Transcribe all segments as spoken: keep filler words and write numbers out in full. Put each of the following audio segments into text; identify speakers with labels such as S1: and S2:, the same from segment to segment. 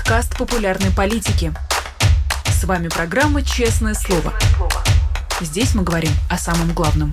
S1: подкаст популярной политики. С вами программа «Честное слово». Здесь мы говорим о самом главном.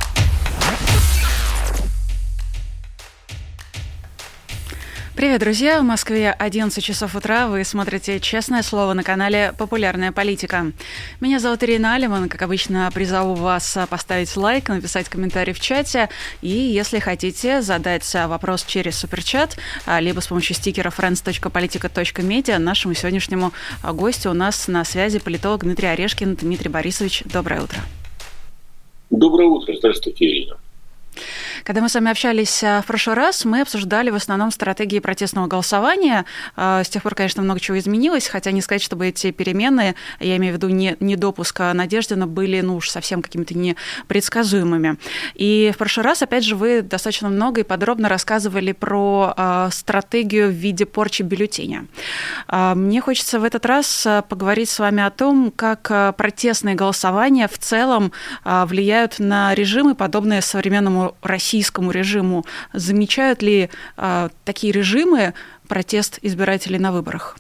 S2: Привет, друзья! В Москве одиннадцать часов утра. Вы смотрите «Честное слово» на канале «Популярная политика». Меня зовут Ирина Алиман. Как обычно, призову вас поставить лайк, написать комментарий в чате. И если хотите задать вопрос через суперчат, либо с помощью стикера friends точка politica точка media, нашему сегодняшнему гостю у нас на связи политолог Дмитрий Орешкин. Дмитрий Борисович, доброе утро.
S3: Доброе утро. Здравствуйте, Ирина.
S2: Когда мы с вами общались в прошлый раз, мы обсуждали в основном стратегии протестного голосования. С тех пор, конечно, много чего изменилось, хотя не сказать, чтобы эти перемены, я имею в виду не, не допуска Надеждина, были ну уж совсем какими-то непредсказуемыми. И в прошлый раз, опять же, вы достаточно много и подробно рассказывали про э, стратегию в виде порчи бюллетеня. Э, мне хочется в этот раз поговорить с вами о том, как протестные голосования в целом э, влияют на режимы, подобные современному российскому режиму. Замечают ли э, такие режимы протест избирателей на выборах?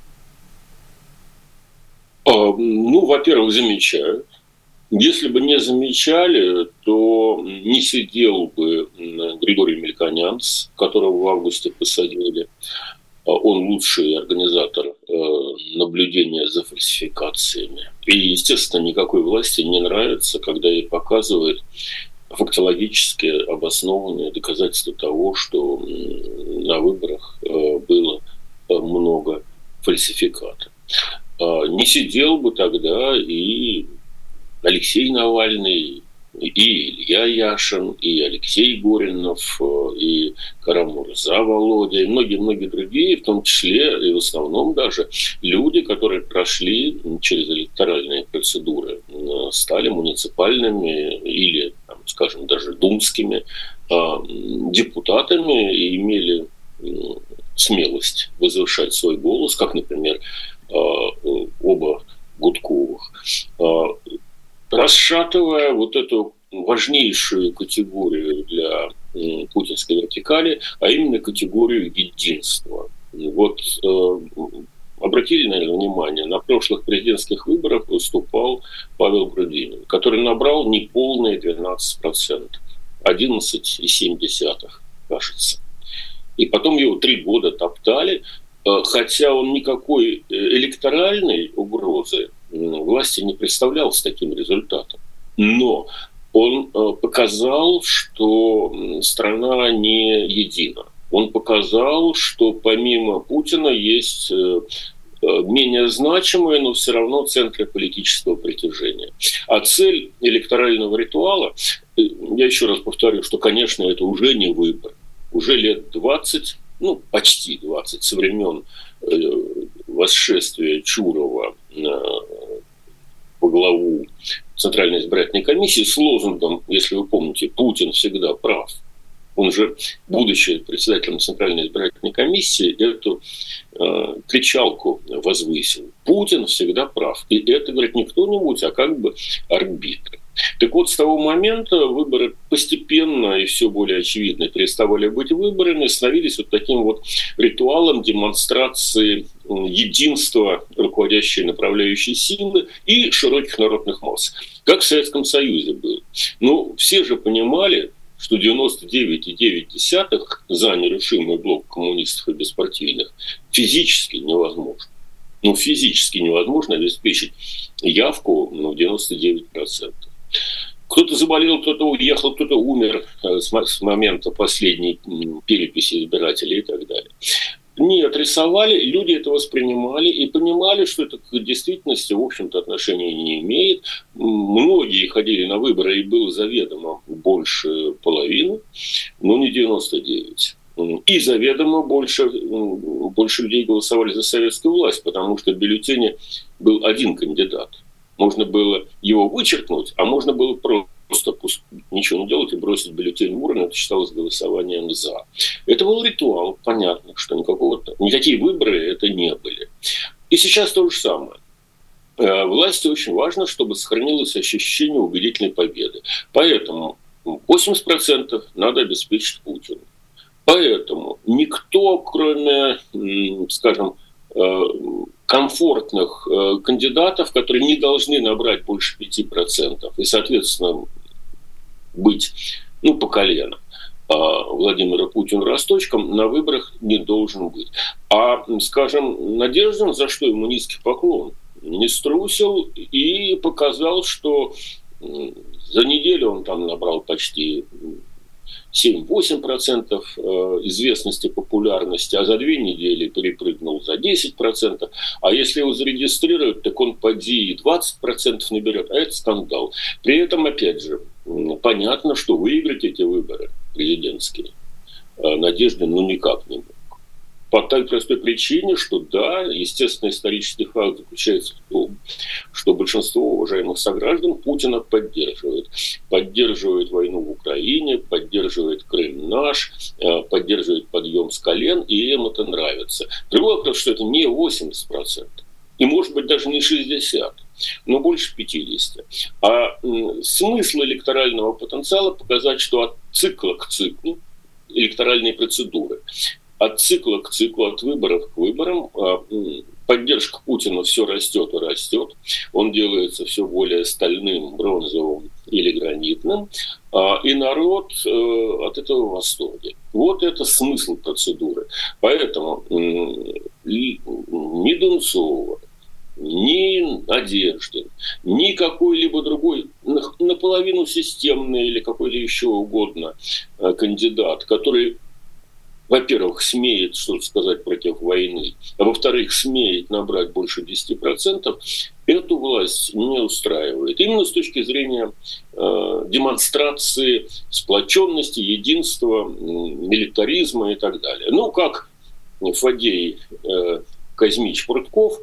S3: А, ну, во-первых, замечают. Если бы не замечали, то не сидел бы Григорий Мельконянц, которого в августе посадили. Он лучший организатор э, наблюдения за фальсификациями. И, естественно, никакой власти не нравится, когда ей показывают фактологически обоснованные доказательства того, что на выборах было много фальсификатов. Не сидел бы тогда и Алексей Навальный, и Илья Яшин, и Алексей Горинов, и Кара-Мурза Володя, и многие-многие другие, в том числе и в основном даже люди, которые прошли через электоральные процедуры, стали муниципальными или, там, скажем, даже думскими депутатами и имели смелость возвышать свой голос, как, например, оба Гудковых, расшатывая вот эту важнейшую категорию для путинской вертикали, а именно категорию единства. Вот э, обратили, наверное, внимание, на прошлых президентских выборах выступал Павел Грудинин, который набрал неполные двенадцать процентов, одиннадцать целых семь десятых, кажется. И потом его три года топтали, хотя он никакой электоральной угрозы власти не представлял с таким результатом. Но он показал, что страна не едина. Он показал, что помимо Путина есть менее значимые, но все равно центры политического притяжения. А цель электорального ритуала, я еще раз повторю, что, конечно, это уже не выбор. Уже лет двадцать, ну, почти двадцать, со времен восшествия Чурова по главу Центральной избирательной комиссии с лозунгом, если вы помните, «Путин всегда прав». Он же, будучи председателем Центральной избирательной комиссии, эту э, кричалку возвысил. «Путин всегда прав». И это, говорит, не кто-нибудь, а как бы арбитр. Так вот, с того момента выборы постепенно и все более очевидно переставали быть выборами, становились вот таким вот ритуалом демонстрации единства руководящей направляющей силы и широких народных масс. Как в Советском Союзе было. Ну, все же понимали, что девяносто девять целых девять десятых за нерушимый блок коммунистов и беспартийных физически невозможно. Ну, физически невозможно обеспечить явку ну, в девяносто девять процентов. Кто-то заболел, кто-то уехал, кто-то умер с момента последней переписи избирателей и так далее. Нет, рисовали, люди это воспринимали и понимали, что это к действительности, в общем-то, отношения не имеет. Многие ходили на выборы, и было заведомо больше половины, но не девяносто девять. И заведомо больше, больше людей голосовали за советскую власть, потому что в бюллетене был один кандидат. Можно было его вычеркнуть, а можно было просто ничего не делать и бросить бюллетень в урну. Это считалось голосованием «за». Это был ритуал, понятно, что никакого, никакие выборы это не были. И сейчас то же самое. Власти очень важно, чтобы сохранилось ощущение убедительной победы. Поэтому восемьдесят процентов надо обеспечить Путину. Поэтому никто, кроме, скажем, комфортных э, кандидатов, которые не должны набрать больше пяти процентов и, соответственно, быть ну, по колено. А Владимира Путина росточком на выборах не должен быть. А, скажем, Надеждин, за что ему низкий поклон, не струсил и показал, что за неделю он там набрал почти семь-восемь процентов известности, популярности, а за две недели перепрыгнул за десять процентов. А если его зарегистрируют, так он поди и двадцать процентов наберет, а это скандал. При этом, опять же, понятно, что выиграть эти выборы президентские Надеждин ну никак не мог. По той простой причине, что да, естественно, исторический факт заключается в том, что большинство уважаемых сограждан Путина поддерживает. Поддерживает войну в Украине, поддерживает Крым наш, поддерживает подъем с колен, и им это нравится. Другой вопрос, что это не восемьдесят процентов, и может быть даже не шестьдесят процентов. Но больше пятидесяти. А смысл электорального потенциала показать, что от цикла к циклу электоральные процедуры, от цикла к циклу, от выборов к выборам поддержка Путина все растет и растет. Он делается все более стальным, бронзовым или гранитным. И народ от этого в восторге. Вот это смысл процедуры. Поэтому ни Дунцова, ни Надеждин, ни какой-либо другой наполовину системный или какой-то еще угодно кандидат, который, во-первых, смеет что-то сказать против войны, а во-вторых, смеет набрать больше десяти процентов, эту власть не устраивает. Именно с точки зрения э, демонстрации сплоченности, единства, милитаризма и так далее. Ну, как Фадей э, Казмич-Прутков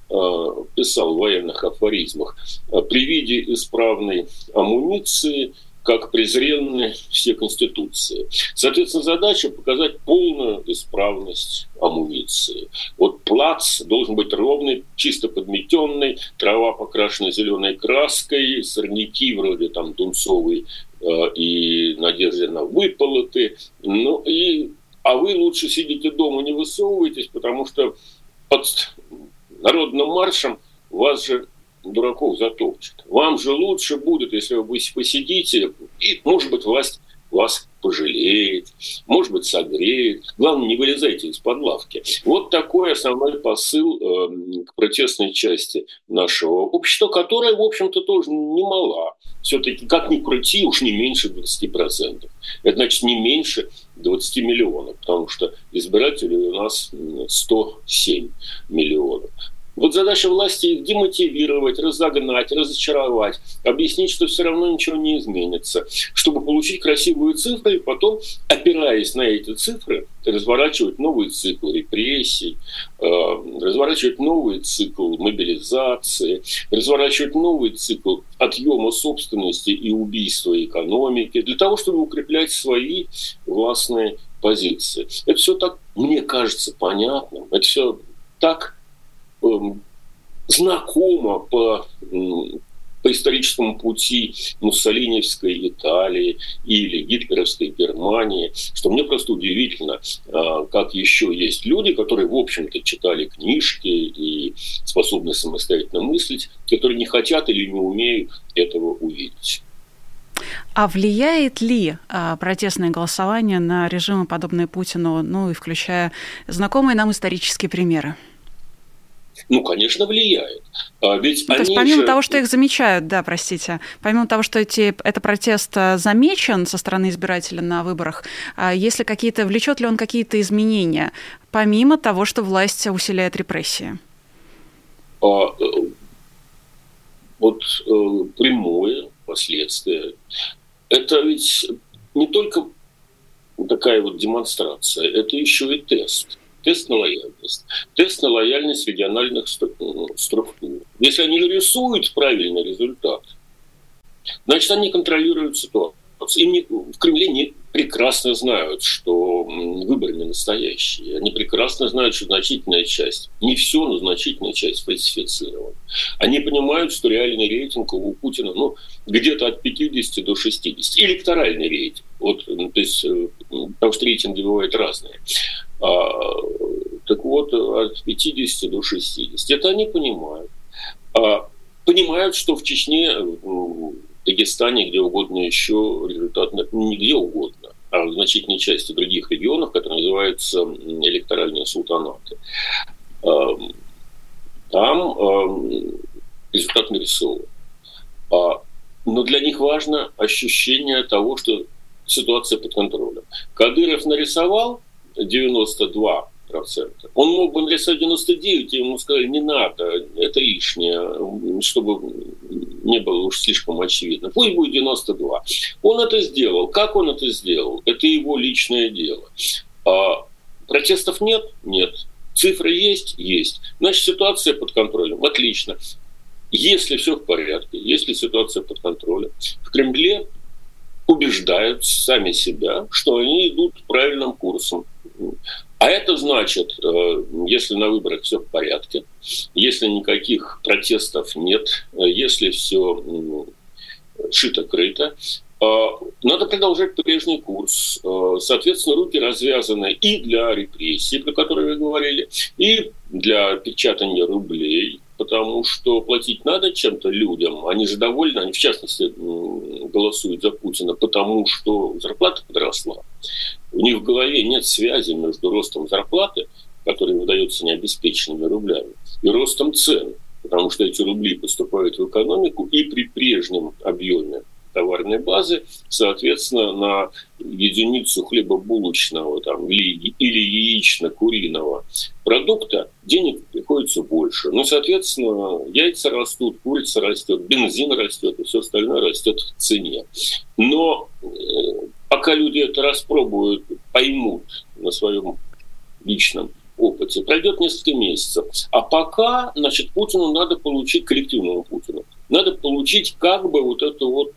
S3: писал в военных афоризмах: при виде исправной амуниции, как презренны все конституции. Соответственно, задача показать полную исправность амуниции. Вот плац должен быть ровный, чисто подметенный, трава покрашена зеленой краской, сорняки вроде там Дунцовой э, и Надеждина выполоты. Ну, и, а вы лучше сидите дома, не высовывайтесь, потому что под народным маршем вас же дураков затопчет. Вам же лучше будет, если вы посидите, и, может быть, власть вас пожалеет, может быть, согреет. Главное, не вылезайте из-под лавки. Вот такой основной посыл э, к протестной части нашего общества, которая, в общем-то, тоже немала. Все-таки, как ни крути, уж не меньше двадцати процентов. Это значит, не меньше двадцати миллионов, потому что избирателей у нас сто семь миллионов. Вот задача власти их демотивировать, разогнать, разочаровать, объяснить, что все равно ничего не изменится, чтобы получить красивые цифры и потом, опираясь на эти цифры, разворачивать новый цикл репрессий, разворачивать новый цикл мобилизации, разворачивать новый цикл отъема собственности и убийства экономики, для того, чтобы укреплять свои властные позиции. Это все так, мне кажется, понятным, это все так знакомо по, по историческому пути муссолиневской Италии или гитлеровской Германии, что мне просто удивительно, как еще есть люди, которые, в общем-то, читали книжки и способны самостоятельно мыслить, которые не хотят или не умеют этого увидеть.
S2: А влияет ли а, протестное голосование на режимы, подобные Путину, ну и включая знакомые нам исторические примеры?
S3: Ну, конечно, влияет. А ведь
S2: ну,
S3: они
S2: то есть помимо
S3: же...
S2: того, что их замечают, да, простите, помимо того, что эти, это протест замечен со стороны избирателя на выборах, если какие-то, влечет ли он какие-то изменения, помимо того, что власть усиляет репрессии?
S3: А, вот прямое последствие. Это ведь не только такая вот демонстрация, это еще и тест. Тест на лояльность. Тест на лояльность региональных структур. Если они рисуют правильный результат, значит, они контролируют ситуацию. И не, в Кремле не прекрасно знают, что выборы не настоящие. Они прекрасно знают, что значительная часть, не все, но значительная часть фальсифицирована. Они понимают, что реальный рейтинг у Путина ну, где-то от пятидесяти до шестидесяти. Электоральный рейтинг. Вот, то есть, потому что рейтинги бывают разные. А, так вот, вот от пятидесяти до шестидесяти. Это они понимают. Понимают, что в Чечне, в Дагестане, где угодно еще результат, не где угодно, а в значительной части других регионов, которые называются электоральные султанаты. Там результат нарисован. Но для них важно ощущение того, что ситуация под контролем. Кадыров нарисовал девяносто два процента. Он мог бы нарисовать девяносто девять процентов, и ему сказали, не надо, это лишнее, чтобы не было уж слишком очевидно. Пусть будет девяносто два. Он это сделал. Как он это сделал? Это его личное дело. А протестов нет? Нет. Цифры есть? Есть. Значит, ситуация под контролем. Отлично. Если все в порядке, если ситуация под контролем, в Кремле убеждают сами себя, что они идут правильным курсом. А это значит, если на выборах все в порядке, если никаких протестов нет, если все шито-крыто, надо продолжать прежний курс. Соответственно, руки развязаны и для репрессий, про которые вы говорили, и для печатания рублей, потому что платить надо чем-то людям. Они же довольны, они в частности голосуют за Путина, потому что зарплата подросла. У них в голове нет связи между ростом зарплаты, который выдается необеспеченными рублями, и ростом цен, потому что эти рубли поступают в экономику, и при прежнем объеме товарной базы, соответственно, на единицу хлебобулочного там, или, или яично-куриного продукта денег приходится больше. Ну, соответственно, яйца растут, курица растет, бензин растет, и все остальное растет в цене. Но э, пока люди это распробуют, поймут на своем личном опыте, пройдет несколько месяцев. А пока, значит, Путину надо получить, коллективному Путину, надо получить как бы вот это вот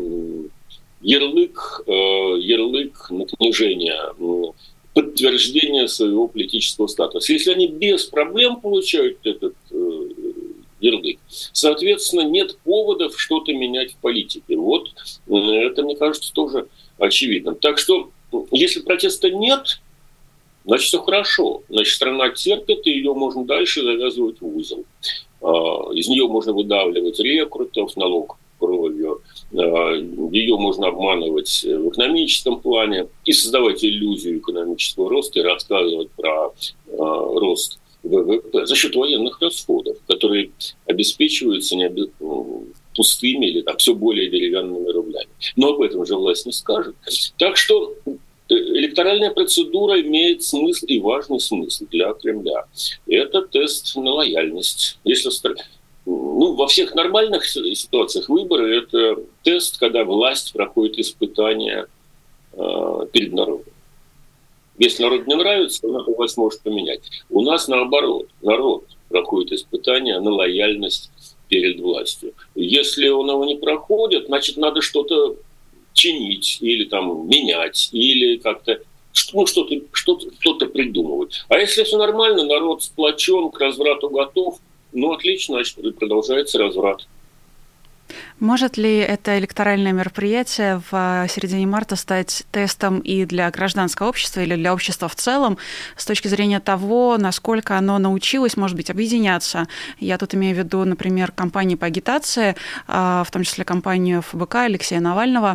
S3: ярлык, ярлык на книжение, подтверждение своего политического статуса. Если они без проблем получают этот ярлык, соответственно, нет поводов что-то менять в политике. Вот это, мне кажется, тоже очевидно. Так что, если протеста нет, значит, все хорошо. Значит, страна терпит, и ее можно дальше завязывать в узел. Из нее можно выдавливать рекрутов, налог кровью. Ее можно обманывать в экономическом плане и создавать иллюзию экономического роста и рассказывать про рост ВВП за счет военных расходов, которые обеспечиваются не обе... пустыми или там, все более деревянными рублями. Но об этом же власть не скажет. Так что электоральная процедура имеет смысл и важный смысл для Кремля. Это тест на лояльность. Если, ну, во всех нормальных ситуациях выборы – это тест, когда власть проходит испытания э, перед народом. Если народ не нравится, он эту власть может поменять. У нас наоборот. Народ проходит испытания на лояльность перед властью. Если он его не проходит, значит, надо что-то чинить или там менять, или как-то ну, что-то, что-то, что-то придумывать. А если все нормально, народ сплочен, к разврату готов, ну, отлично, значит, продолжается разврат.
S2: Может ли это электоральное мероприятие в середине марта стать тестом и для гражданского общества или для общества в целом с точки зрения того, насколько оно научилось, может быть, объединяться? Я тут имею в виду, например, кампании по агитации, в том числе кампанию эф бэ ка Алексея Навального,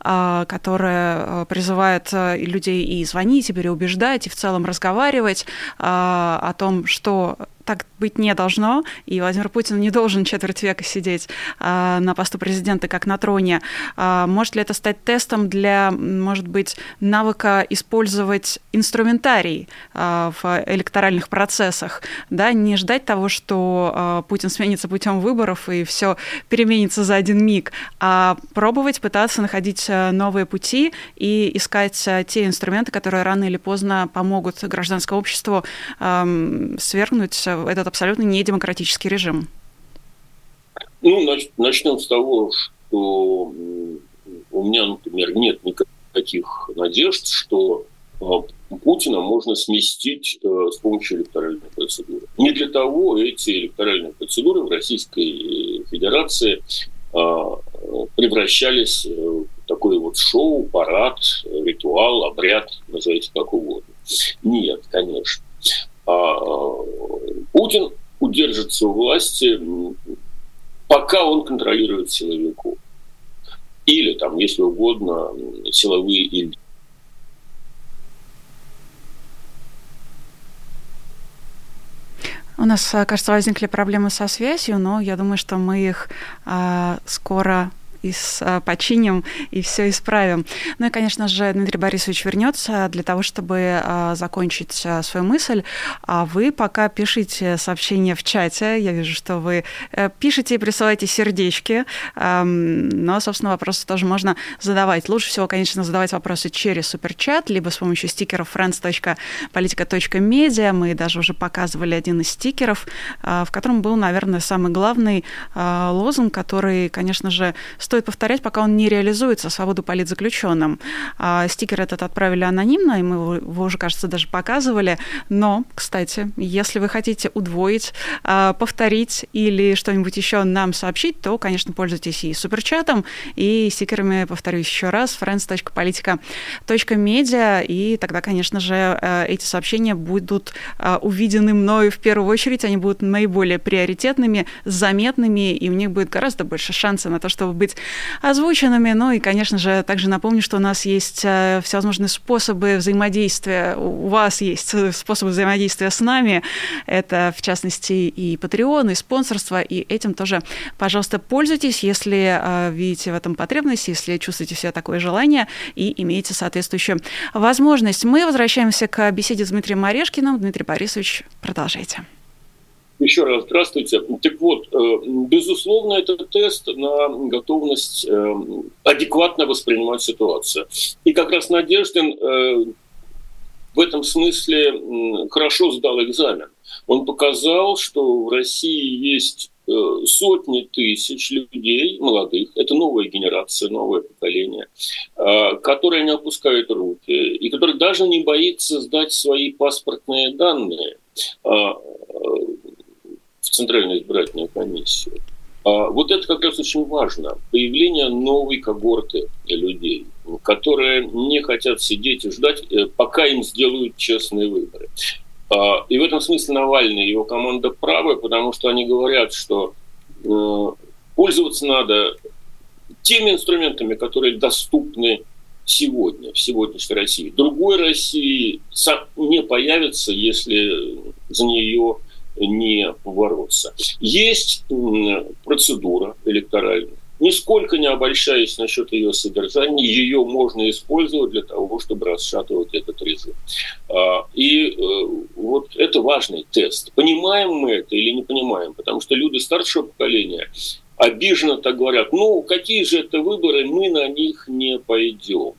S2: которая призывает людей и звонить, и переубеждать, и в целом разговаривать о том, что так быть не должно, и Владимир Путин не должен четверть века сидеть а, на посту президента, как на троне. А, может ли это стать тестом для, может быть, навыка использовать инструментарий а, в электоральных процессах? Да, не ждать того, что а, Путин сменится путем выборов и все переменится за один миг, а пробовать, пытаться находить новые пути и искать те инструменты, которые рано или поздно помогут гражданскому обществу а, свергнуть этот абсолютно недемократический режим?
S3: Ну, начнем с того, что у меня, например, нет никаких надежд, что Путина можно сместить с помощью электоральной процедуры. Не для того эти электоральные процедуры в Российской Федерации превращались в такой вот шоу, парад, ритуал, обряд, назовите как угодно. Нет, конечно. Путин удержится у власти, пока он контролирует силовиков. Или, там, если угодно, силовые элиты.
S2: У нас, кажется, возникли проблемы со связью, но я думаю, что мы их а, скоро и починим и все исправим. Ну и, конечно же, Дмитрий Борисович вернется для того, чтобы а, закончить а, свою мысль. А вы пока пишите сообщения в чате. Я вижу, что вы а, пишете и присылаете сердечки. А, но, собственно, вопросы тоже можно задавать. Лучше всего, конечно, задавать вопросы через суперчат, либо с помощью стикеров friends точка politica точка media. Мы даже уже показывали один из стикеров, а, в котором был, наверное, самый главный а, лозунг, который, конечно же, стоит повторять, пока он не реализуется, свободу политзаключенным. А, стикер этот отправили анонимно, и мы его уже, кажется, даже показывали. Но, кстати, если вы хотите удвоить, а, повторить или что-нибудь еще нам сообщить, то, конечно, пользуйтесь и суперчатом, и стикерами, повторюсь еще раз, friends точка politica точка media, и тогда, конечно же, эти сообщения будут увидены мною в первую очередь, они будут наиболее приоритетными, заметными, и у них будет гораздо больше шансов на то, чтобы быть озвученными. Ну и, конечно же, также напомню, что у нас есть всевозможные способы взаимодействия. У вас есть способы взаимодействия с нами. Это, в частности, и Patreon, и спонсорство. И этим тоже, пожалуйста, пользуйтесь, если видите в этом потребность, если чувствуете в себе такое желание и имеете соответствующую возможность. Мы возвращаемся к беседе с Дмитрием Орешкиным. Дмитрий Борисович, продолжайте.
S3: Еще раз здравствуйте. Так вот, безусловно, это тест на готовность адекватно воспринимать ситуацию. И как раз Надеждин в этом смысле хорошо сдал экзамен. Он показал, что в России есть сотни тысяч людей, молодых, это новая генерация, новое поколение, которые не опускают руки и которые даже не боятся сдать свои паспортные данные в Центральную избирательную комиссию. Вот это как раз очень важно. Появление новой когорты людей, которые не хотят сидеть и ждать, пока им сделают честные выборы. И в этом смысле Навальный и его команда правы, потому что они говорят, что пользоваться надо теми инструментами, которые доступны сегодня, в сегодняшней России. Другой России не появится, если за нее не бороться. Есть процедура электоральная. Нисколько не обольщаясь насчет ее содержания, ее можно использовать для того, чтобы расшатывать этот режим. И вот это важный тест. Понимаем мы это или не понимаем? Потому что люди старшего поколения обиженно так говорят: ну, какие же это выборы, мы на них не пойдем.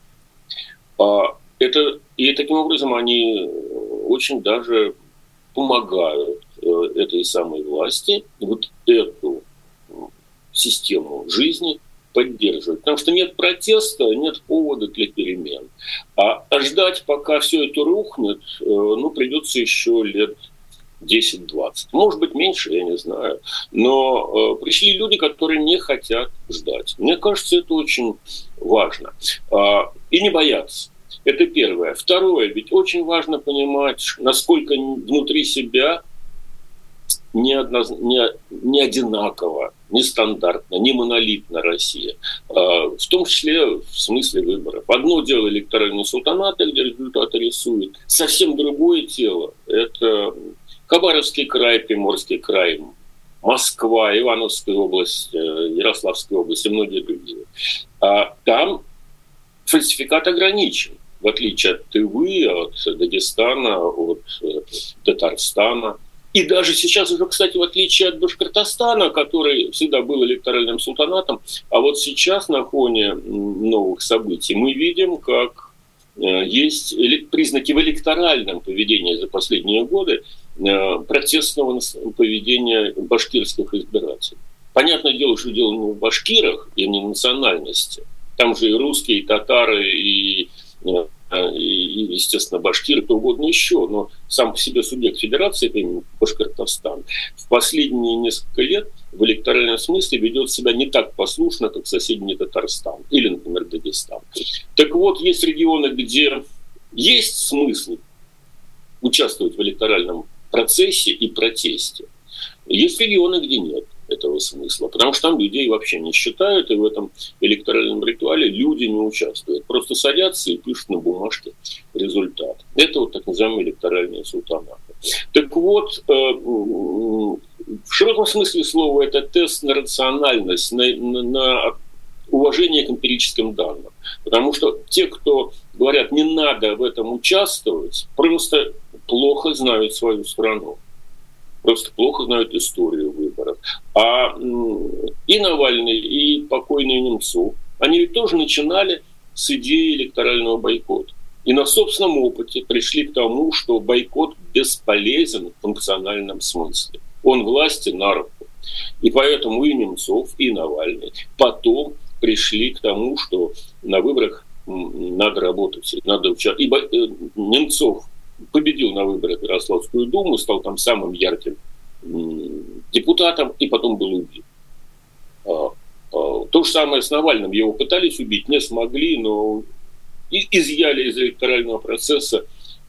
S3: Это, и таким образом они очень даже помогают этой самой власти вот эту систему жизни поддерживать. Потому что нет протеста, нет повода для перемен. А ждать, пока все это рухнет, ну, придется еще лет десять-двадцать. Может быть, меньше, я не знаю. Но пришли люди, которые не хотят ждать. Мне кажется, это очень важно. И не бояться. Это первое. Второе. Ведь очень важно понимать, насколько внутри себя не, одно, не, не одинаково, не стандартно, не монолитна Россия. В том числе в смысле выборов. Одно дело электоральный султанат, где результаты рисуют. Совсем другое дело – это Хабаровский край, Приморский край, Москва, Ивановская область, Ярославская область и многие другие. Там фальсификат ограничен. В отличие от Тывы, от Дагестана, от Татарстана. И даже сейчас уже, кстати, в отличие от Башкортостана, который всегда был электоральным султанатом, а вот сейчас на фоне новых событий мы видим, как есть признаки в электоральном поведении за последние годы протестного поведения башкирских избирателей. Понятное дело, что дело не в башкирах и не в национальности. Там же и русские, и татары, и... и, естественно, башкиры, кто угодно еще, но сам по себе субъект федерации, это именно Башкортостан, в последние несколько лет в электоральном смысле ведет себя не так послушно, как соседний Татарстан или, например, Дагестан. Так вот, есть регионы, где есть смысл участвовать в электоральном процессе и протесте. Есть регионы, где нет этого смысла, потому что там людей вообще не считают, и в этом электоральном ритуале люди не участвуют. Просто садятся и пишут на бумажке результат. Это вот так называемая электоральная султаната. Так вот, в широком смысле слова это тест на рациональность, на, на, на уважение к эмпирическим данным. Потому что те, кто говорят, не надо в этом участвовать, просто плохо знают свою страну. Просто плохо знают историю выборов. А и Навальный, и покойный Немцов, они ведь тоже начинали с идеи электорального бойкота. И на собственном опыте пришли к тому, что бойкот бесполезен в функциональном смысле. Он власти на руку. И поэтому и Немцов, и Навальный потом пришли к тому, что на выборах надо работать, надо участвовать. Ибо Немцов победил на выборах в Ярославскую думу, стал там самым ярким депутатом и потом был убит. То же самое с Навальным. Его пытались убить, не смогли, но изъяли из электорального процесса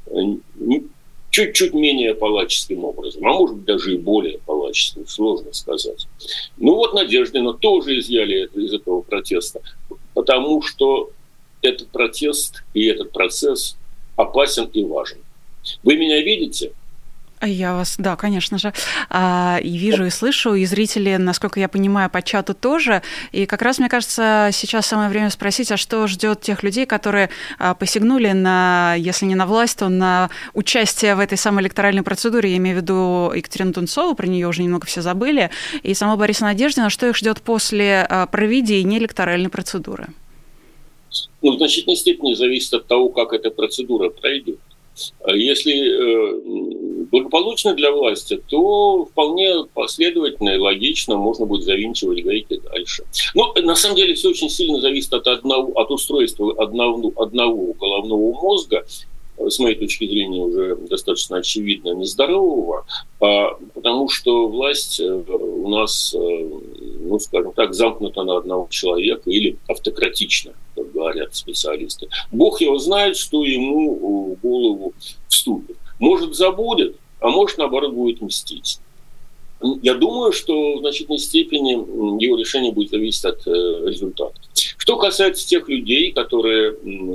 S3: чуть-чуть менее палаческим образом, а может быть даже и более палаческим, сложно сказать. Ну вот Надеждина тоже изъяли из этого протеста, потому что этот протест и этот процесс опасен и важен. Вы меня видите?
S2: Я вас, да, конечно же, и вижу, и слышу, и зрители, насколько я понимаю, по чату тоже. И как раз, мне кажется, сейчас самое время спросить, а что ждет тех людей, которые посягнули на, если не на власть, то на участие в этой самой электоральной процедуре. Я имею в виду Екатерину Тунцову, про нее уже немного все забыли, и самого Бориса Надеждина. Что их ждет после проведения электоральной процедуры?
S3: Ну, в значительной степени зависит от того, как эта процедура пройдет. Если э, благополучно для власти, то вполне последовательно и логично можно будет завинчивать гайки дальше. Но на самом деле все очень сильно зависит от, одного, от устройства одного, одного головного мозга, с моей точки зрения уже достаточно очевидно нездорового, потому что власть у нас, ну, скажем так, замкнута на одного человека или автократична, как говорят специалисты. Бог его знает, что ему в голову вступит. Может, забудет, а может, наоборот, будет мстить. Я думаю, что в значительной степени его решение будет зависеть от результата. Что касается тех людей, которые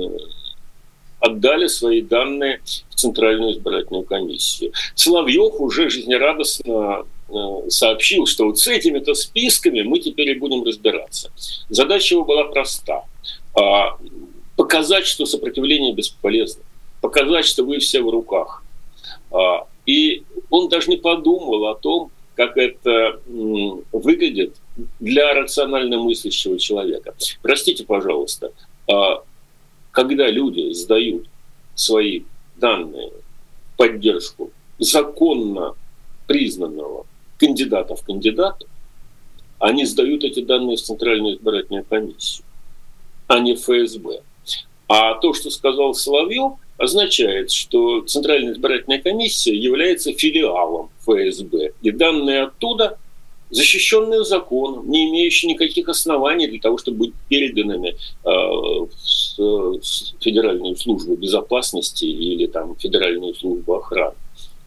S3: отдали свои данные в Центральную избирательную комиссию. Соловьев уже жизнерадостно сообщил, что вот с этими-то списками мы теперь и будем разбираться. Задача его была проста. Показать, что сопротивление бесполезно. Показать, что вы все в руках. И он даже не подумал о том, как это выглядит для рационально мыслящего человека. Простите, пожалуйста, когда люди сдают свои данные в поддержку законно признанного кандидата в кандидата, они сдают эти данные в Центральную избирательную комиссию, а не в эф эс бэ. А то, что сказал Соловьев, означает, что Центральная избирательная комиссия является филиалом эф эс бэ, и данные оттуда защищенные законом, не имеющие никаких оснований для того, чтобы быть переданными э, в Федеральную службу безопасности или там, Федеральную службу охраны.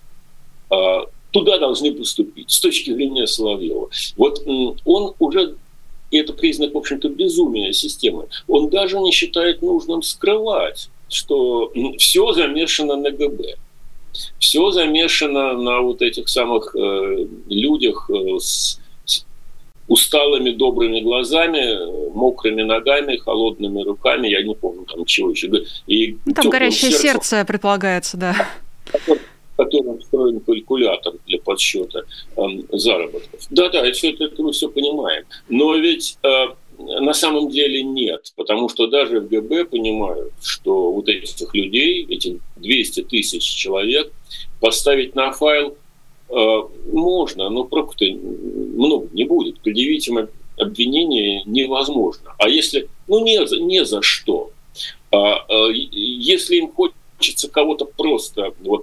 S3: Э, туда должны поступить с точки зрения Соловьева. Вот э, он уже, и это признак, в общем-то, безумия системы, он даже не считает нужным скрывать, что э, все замешано на гэ бэ. Все замешано на вот этих самых э, людях э, с, с усталыми добрыми глазами, мокрыми ногами, холодными руками, я не помню там чего еще. И
S2: ну, там горящее
S3: сердцем,
S2: сердце предполагается, да.
S3: Который, которым встроен калькулятор для подсчета э, заработков. Да-да, все это, это мы все понимаем. Но ведь э, на самом деле нет, потому что даже в гэ бэ понимают, что вот этих людей, этих двести тысяч человек, поставить на файл э, можно, но проку-то много не будет. Предъявить им обвинение невозможно. А если, ну не за, не за что. А, а, если им хочется кого-то просто вот,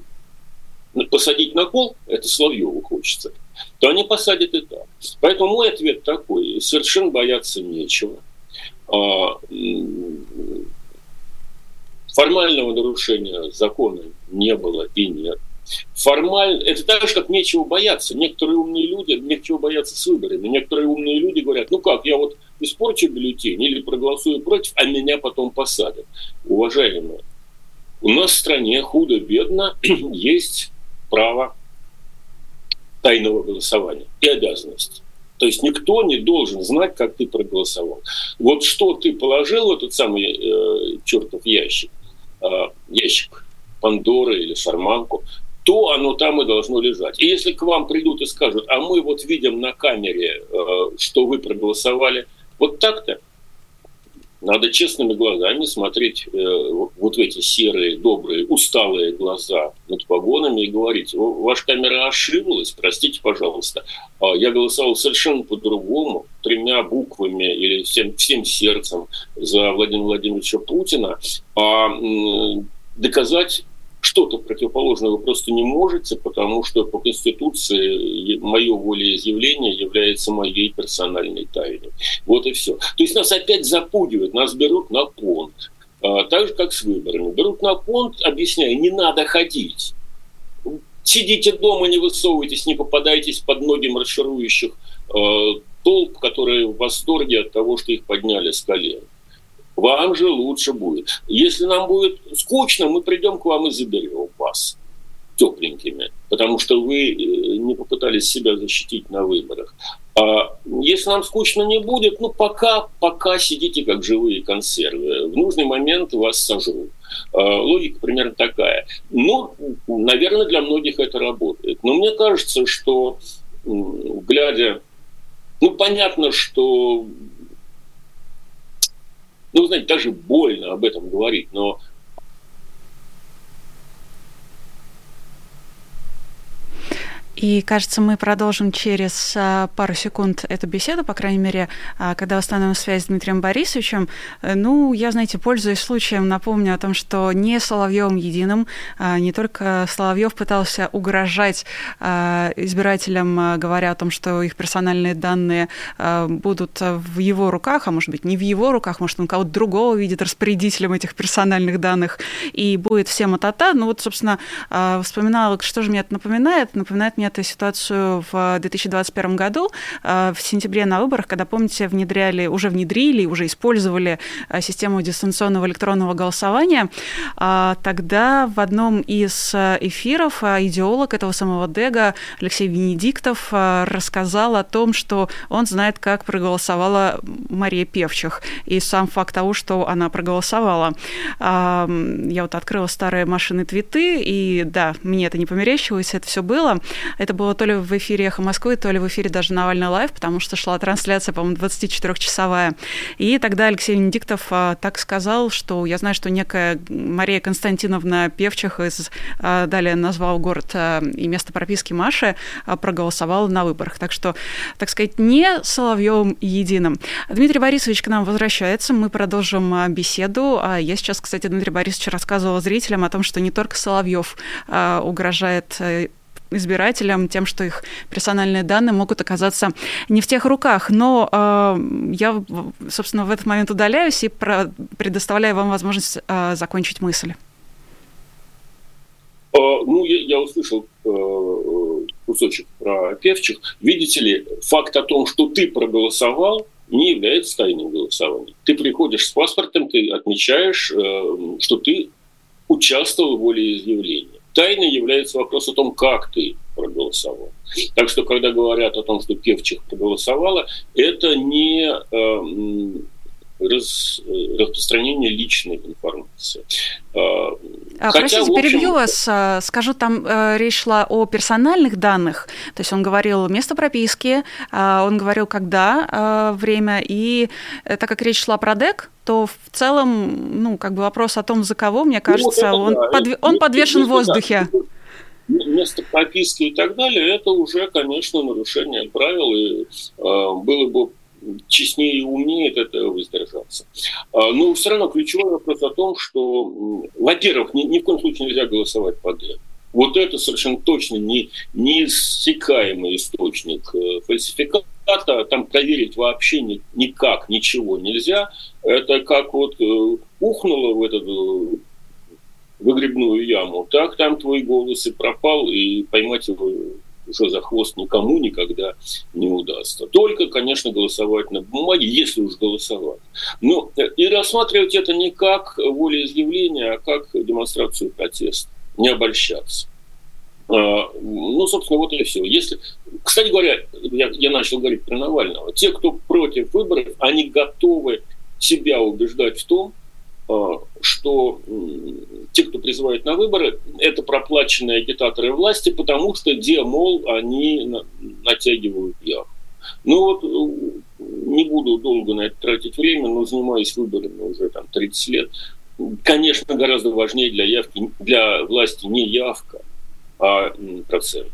S3: посадить на кол, это Соловьеву хочется, то они посадят и так. Поэтому мой ответ такой. Совершенно бояться нечего. Формального нарушения закона не было и нет. Формально, это так же, как нечего бояться. Некоторые умные люди, нечего бояться с выборами. Некоторые умные люди говорят, ну как, я вот испорчу бюллетень или проголосую против, а меня потом посадят. Уважаемые, у нас в стране худо-бедно есть право тайного голосования и обязанность. То есть никто не должен знать, как ты проголосовал. Вот что ты положил в этот самый э, чертов ящик, э, ящик Пандоры или шарманку, то оно там и должно лежать. И если к вам придут и скажут, а мы вот видим на камере, э, что вы проголосовали вот так-то, надо честными глазами смотреть э, вот в эти серые, добрые, усталые глаза над погонами и говорить, ваша камера ошиблась, простите, пожалуйста, я голосовал совершенно по-другому, тремя буквами или всем, всем сердцем за Владимира Владимировича Путина, а м, доказать что-то противоположное вы просто не можете, потому что по Конституции мое волеизъявление является моей персональной тайной. Вот и все. То есть нас опять запугивают, нас берут на понт. Так же, как с выборами. Берут на понт, объясняя, не надо ходить. Сидите дома, не высовывайтесь, не попадайтесь под ноги марширующих э, толп, которые в восторге от того, что их подняли с колен. Вам же лучше будет. Если нам будет скучно, мы придем к вам и заберем вас тепленькими, потому что вы не попытались себя защитить на выборах. А если нам скучно не будет, ну пока, пока сидите как живые консервы. В нужный момент вас сожрут. Логика примерно такая. Ну, наверное, для многих это работает. Но мне кажется, что, глядя... Ну, понятно, что... Ну, знаете, даже больно об этом говорить, но...
S2: И, кажется, мы продолжим через а, пару секунд эту беседу, по крайней мере, а, когда восстановим связь с Дмитрием Борисовичем. Ну, я, знаете, пользуясь случаем, напомню о том, что не Соловьевым единым, а, не только Соловьев пытался угрожать а, избирателям, а, говоря о том, что их персональные данные а, будут в его руках, а может быть, не в его руках, может, он кого-то другого видит распорядителем этих персональных данных, и будет всем а-та-та. Ну, вот, собственно, а, вспоминала, что же мне это напоминает. Напоминает мне эту ситуацию в две тысячи двадцать первом году, в сентябре на выборах, когда, помните, внедряли, уже внедрили, уже использовали систему дистанционного электронного голосования. Тогда в одном из эфиров идеолог этого самого Дега Алексей Венедиктов рассказал о том, что он знает, как проголосовала Мария Певчих, и сам факт того, что она проголосовала. Я вот открыла старые Машины твиты, и да, мне это не померещилось, это все было. Это было то ли в эфире «Эхо Москвы», то ли в эфире даже «Навальный лайв», потому что шла трансляция, по-моему, двадцатичетырёхчасовая. И тогда Алексей Венедиктов а, так сказал, что я знаю, что некая Мария Константиновна Певчих из, а, далее назвал город а, и место прописки Маши, а, проголосовала на выборах. Так что, так сказать, не Соловьевым единым. Дмитрий Борисович к нам возвращается, мы продолжим а, беседу. А я сейчас, кстати, Дмитрий Борисович рассказывал зрителям о том, что не только Соловьев а, угрожает избирателям тем, что их персональные данные могут оказаться не в тех руках. Но э, я, собственно, в этот момент удаляюсь и про- предоставляю вам возможность э, закончить мысль.
S3: А, ну, я, я услышал э, кусочек про Певчих. Видите ли, факт о том, что ты проголосовал, не является тайным голосованием. Ты приходишь с паспортом, ты отмечаешь, э, что ты участвовал в волеизъявлении. Тайной является вопрос о том, как ты проголосовал. Так что, когда говорят о том, что Певчих проголосовала, это не э, раз, распространение личной информации.
S2: А, Хотя, простите, общем... перебью вас. Скажу, там э, речь шла о персональных данных. То есть он говорил место прописки, э, он говорил, когда, э, время. И э, так как речь шла про ДЭК, то в целом, ну, как бы вопрос о том, за кого, мне кажется, ну, вот он, да. подв... он подвешен в воздухе.
S3: Место прописки и так далее, это уже, конечно, нарушение правил, и э, было бы честнее и умнее от этого воздержаться. Но все равно ключевой вопрос о том, что, во-первых, ни, ни в коем случае нельзя голосовать по ДЭК. Вот это совершенно точно не, неиссякаемый источник фальсификата. Там проверить вообще ни, никак ничего нельзя. Это как вот ухнуло в этот выгребную яму, так там твой голос и пропал, и поймать его уже за хвост никому никогда не удастся. Только, конечно, голосовать на бумаге, если уж голосовать. Но и рассматривать это не как волеизъявление, а как демонстрацию протеста. Не обольщаться. А, ну, собственно, вот и все. Если, кстати говоря, я, я начал говорить про Навального. Те, кто против выборов, они готовы себя убеждать в том, что те, кто призывает на выборы, это проплаченные агитаторы власти, потому что, где, мол, они натягивают явку. Ну вот, не буду долго на это тратить время, но занимаюсь выборами уже там тридцать лет. Конечно, гораздо важнее для явки, для власти не явка, а процент.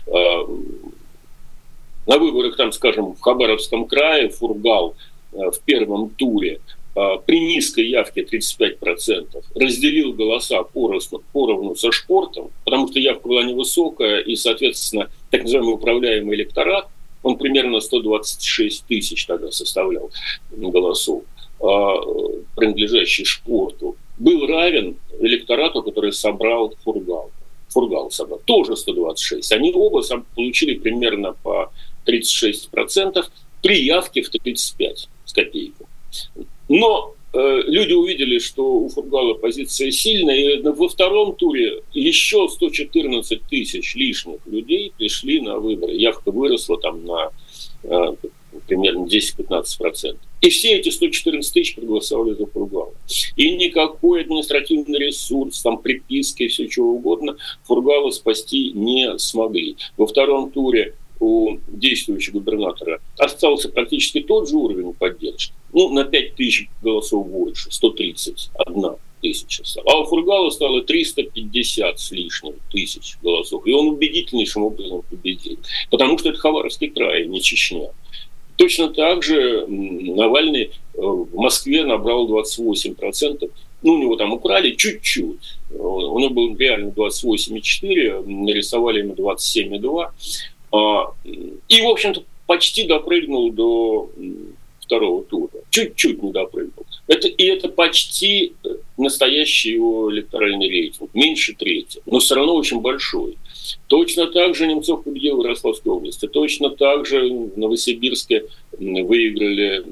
S3: На выборах, там, скажем, в Хабаровском крае Фургал в первом туре при низкой явке тридцать пять процентов разделил голоса поровну, поровну со Шпортом, потому что явка была невысокая, и, соответственно, так называемый управляемый электорат, он примерно сто двадцать шесть тысяч тогда составлял голосов, принадлежащий Шпорту, был равен электорату, который собрал Фургал. Фургал собрал тоже сто двадцать шесть. Они оба получили примерно по тридцать шесть процентов при явке в тридцать пять с копейкой. Но э, люди увидели, что у Фургала позиция сильная, и во втором туре еще сто четырнадцать тысяч лишних людей пришли на выборы. Явка выросла там на э, примерно десять-пятнадцать процентов. И все эти сто четырнадцать тысяч проголосовали за Фургала. И никакой административный ресурс, там приписки, все чего угодно, Фургала спасти не смогли. Во втором туре у действующего губернатора остался практически тот же уровень поддержки. Ну, на пять тысяч голосов больше, сто тридцать одна тысяча. А у Фургала стало триста пятьдесят с лишним тысяч голосов. И он убедительнейшим образом победил. Потому что это Хабаровский край, не Чечня. Точно так же Навальный в Москве набрал двадцать восемь процентов. Ну, у него там украли чуть-чуть. У него был реально двадцать восемь целых четыре десятых, нарисовали ему двадцать семь целых два десятых. И, в общем-то, почти допрыгнул до второго тура. Чуть-чуть не допрыгнул. Это, и это почти настоящий его электоральный рейтинг. Меньше трети. Но все равно очень большой. Точно так же Немцов победил в Ярославской области. Точно так же в Новосибирске выиграли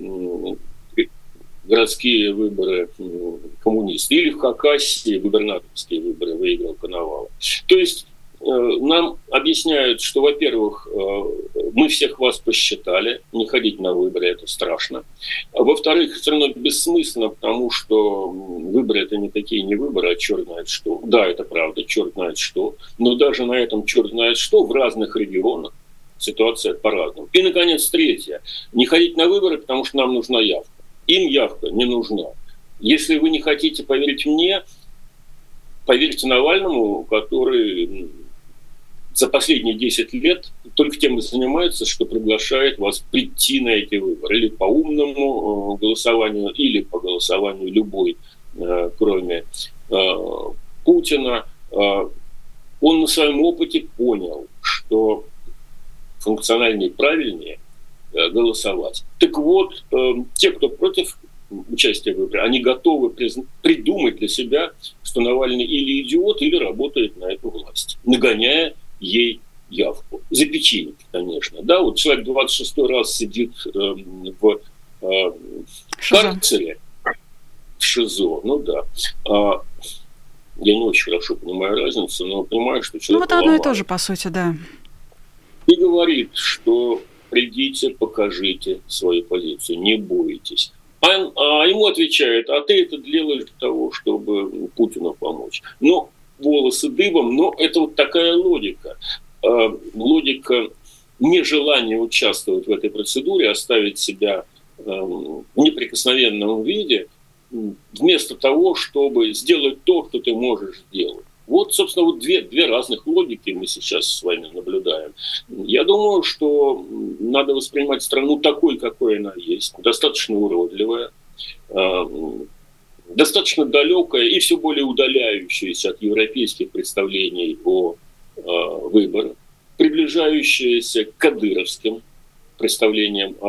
S3: городские выборы коммунисты. Или в Хакасии губернаторские выборы выиграл Коновалов. То есть нам объясняют, что, во-первых, мы всех вас посчитали, не ходить на выборы, это страшно. А во-вторых, все равно бессмысленно, потому что выборы это никакие не выборы, а черт знает что. Да, это правда, черт знает что. Но даже на этом черт знает что в разных регионах ситуация по-разному. И, наконец, третье. Не ходить на выборы, потому что нам нужна явка. Им явка не нужна. Если вы не хотите поверить мне, поверьте Навальному, который за последние десять лет только тем и занимается, что приглашает вас прийти на эти выборы. Или по умному голосованию, или по голосованию любой, кроме Путина. Он на своем опыте понял, что функциональнее и правильнее голосовать. Так вот, те, кто против участия в выборах, они готовы придумать для себя, что Навальный или идиот, или работает на эту власть, нагоняя ей явку. За печеньки, конечно. Да, вот человек двадцать шестой раз сидит э, в э, карцере, в ШИЗО, ну да. А, я не очень хорошо понимаю разницу, но понимаю, что человек...
S2: Ну, это одно и то же, по сути, да.
S3: И говорит, что придите, покажите свою позицию, не бойтесь. А, а ему отвечают, а ты это делаешь для того, чтобы Путину помочь. Ну, волосы дыбом, но это вот такая логика. Э, логика нежелания участвовать в этой процедуре, оставить себя э, в неприкосновенном виде, вместо того, чтобы сделать то, что ты можешь сделать. Вот, собственно, вот две, две разных логики мы сейчас с вами наблюдаем. Я думаю, что надо воспринимать страну такой, какой она есть, достаточно уродливая, э, достаточно далекая и все более удаляющаяся от европейских представлений о э, выборах, приближающаяся к кадыровским представлениям о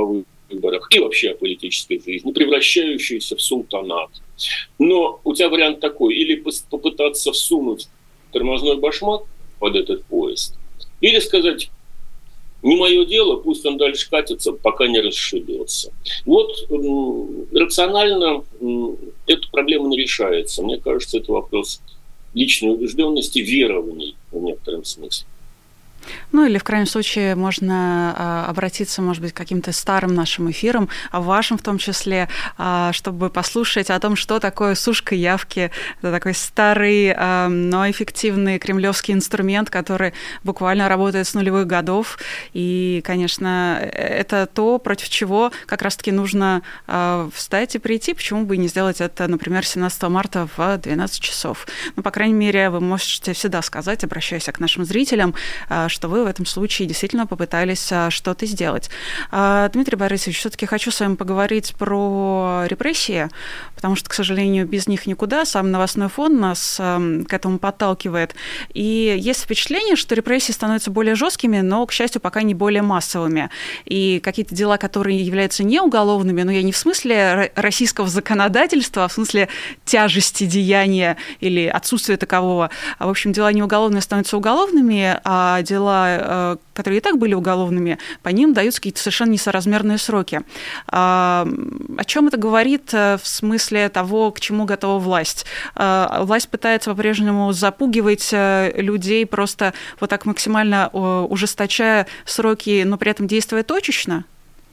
S3: выборах и вообще о политической жизни, превращающуюся в султанат. Но у тебя вариант такой: или попытаться всунуть тормозной башмак под этот поезд, или сказать: не мое дело, пусть он дальше катится, пока не расшибется. Вот м, рационально м, эта проблема не решается. Мне кажется, это вопрос личной убежденности, верований в некотором смысле.
S2: Ну или в крайнем случае можно а, обратиться, может быть, к каким-то старым нашим эфирам, а вашим в том числе, а, чтобы послушать о том, что такое сушка явки. Это такой старый, а, но эффективный кремлевский инструмент, который буквально работает с нулевых годов. И, конечно, это то, против чего как раз-таки нужно а, встать и прийти. Почему бы и не сделать это, например, семнадцатого марта в двенадцать часов? Ну, по крайней мере, вы можете всегда сказать, обращаясь к нашим зрителям, что вы в этом случае действительно попытались что-то сделать. Дмитрий Борисович, все-таки хочу с вами поговорить про репрессии, потому что, к сожалению, без них никуда. Сам новостной фон нас к этому подталкивает. И есть впечатление, что репрессии становятся более жесткими, но, к счастью, пока не более массовыми. И какие-то дела, которые являются неуголовными, но я не в смысле российского законодательства, а в смысле тяжести деяния или отсутствия такового. А, в общем, дела неуголовные становятся уголовными, а дела, которые и так были уголовными, по ним даются какие-то совершенно несоразмерные сроки. О чем это говорит в смысле того, к чему готова власть? Власть пытается по-прежнему запугивать людей, просто вот так максимально ужесточая сроки, но при этом действуя точечно?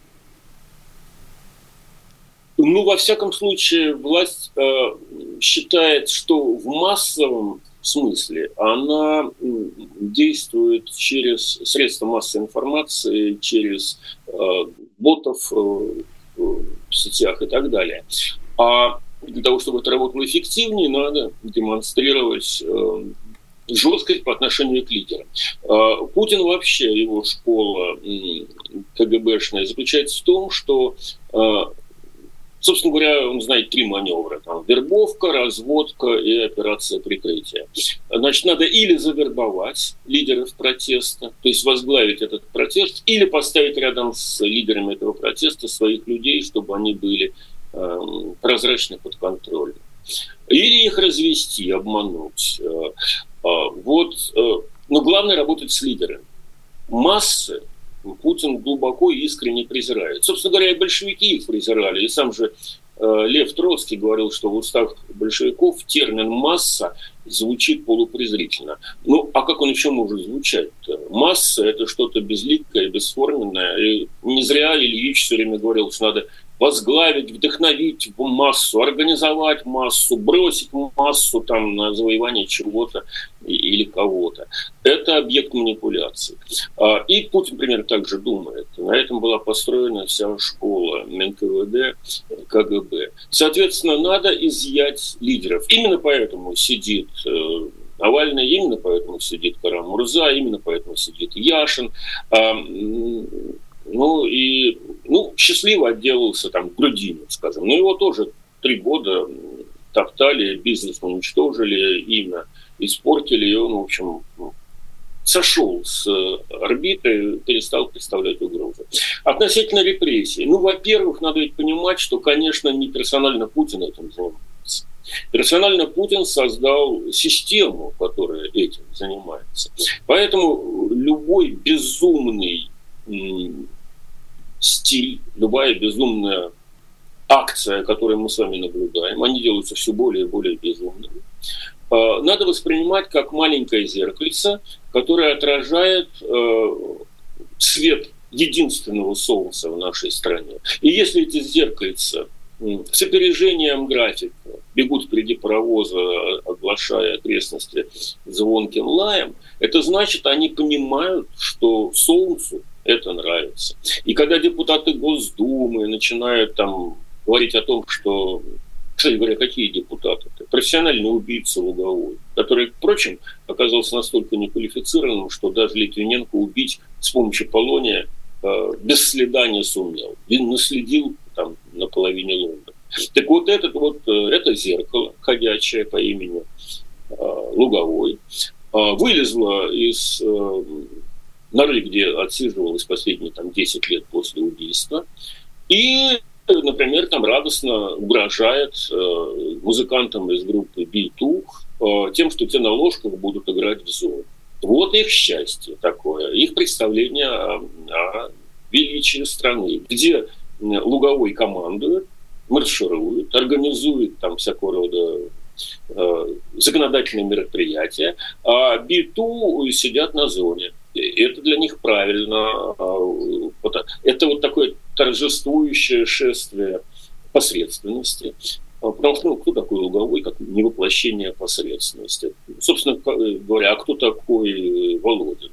S3: Ну, во всяком случае, власть э, считает, что в массовом смысле она действует через средства массовой информации, через э, ботов э, в сетях и так далее. А для того, чтобы это работало эффективнее, надо демонстрировать э, жесткость по отношению к лидерам. Э, Путин вообще, его школа э, КГБшная заключается в том, что э, собственно говоря, он знает три маневра. Там, вербовка, разводка и операция прикрытия. Значит, надо или завербовать лидеров протеста, то есть возглавить этот протест, или поставить рядом с лидерами этого протеста своих людей, чтобы они были э, прозрачны, подконтрольны. Или их развести, обмануть. Э, э, вот, э, но главное работать с лидерами. Массы Путин глубоко и искренне презирает. Собственно говоря, и большевики их презирали. И сам же э, Лев Троцкий говорил, что в устах большевиков термин «масса» звучит полупрезрительно. Ну, а как он еще может звучать-то? Масса – это что-то безликое, бесформенное. И не зря Ильич все время говорил, что надо возглавить, вдохновить массу, организовать массу, бросить массу там, на завоевание чего-то или кого-то. Это объект манипуляции. И Путин, например, так же думает. На этом была построена вся школа эн ка вэ дэ, ка гэ бэ. Соответственно, надо изъять лидеров. Именно поэтому сидит Навальный, именно поэтому сидит Кара-Мурза, именно поэтому сидит Яшин. Ну, и ну, счастливо отделался там Грудинин, скажем. Но его тоже три года топтали, бизнес уничтожили, имя испортили, и он, в общем, сошел с орбиты, перестал представлять угрозу. Относительно репрессий. Ну, во-первых, надо ведь понимать, что, конечно, не персонально Путин этим занимается. Персонально Путин создал систему, которая этим занимается. Поэтому любой безумный стиль, любая безумная акция, которую мы с вами наблюдаем, они делаются все более и более безумными, надо воспринимать как маленькое зеркальце, которое отражает свет единственного солнца в нашей стране. И если эти зеркальца с опережением графика бегут впереди паровоза, оглашая окрестности звонким лаем, это значит, они понимают, что солнцу это нравится. И когда депутаты Госдумы начинают там говорить о том, что, кстати говоря, какие депутаты? Профессиональный убийца Луговой, который, впрочем, оказался настолько неквалифицированным, что даже Литвиненко убить с помощью полония э, без следа не сумел. Он наследил там на половине Лондона. Так вот, этот, вот это зеркало ходячее по имени э, Луговой э, вылезло из э, норы, где отсиживалось последние там, десять лет после убийства, И, например, там радостно угрожает э, музыкантам из группы би ту э, тем, что те на ложках будут играть в зоне. Вот их счастье такое, их представление о, о величии страны, где Луговой командует, марширует, организует там всякого рода э, законодательные мероприятия, а би ту сидят на зоне. И это для них правильно. Это вот такое торжествующее шествие посредственности. Потому что, ну, кто такой Луговой, как не воплощение посредственности? Собственно говоря, а кто такой Володин,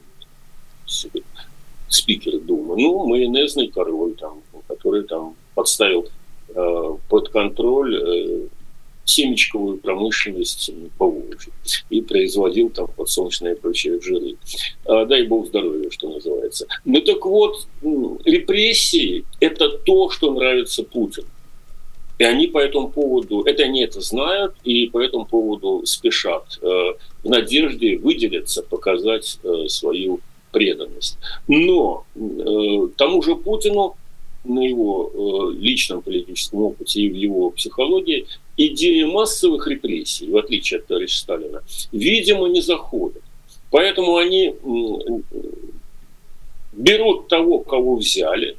S3: спикер Думы? Ну, майонезный король, там, который там подставил э, под контроль э, семечковую промышленность по Волжье и производил там подсолнечные и прочие жиры. А, дай бог здоровья, что называется. Ну так вот, репрессии – это то, что нравится Путину. И они по этому поводу, это они это знают, и по этому поводу спешат э, в надежде выделиться, показать э, свою преданность. Но э, тому же Путину на его э, личном политическом опыте и в его психологии идея массовых репрессий, в отличие от товарища Сталина, видимо, не заходит. Поэтому они э, берут того, кого взяли,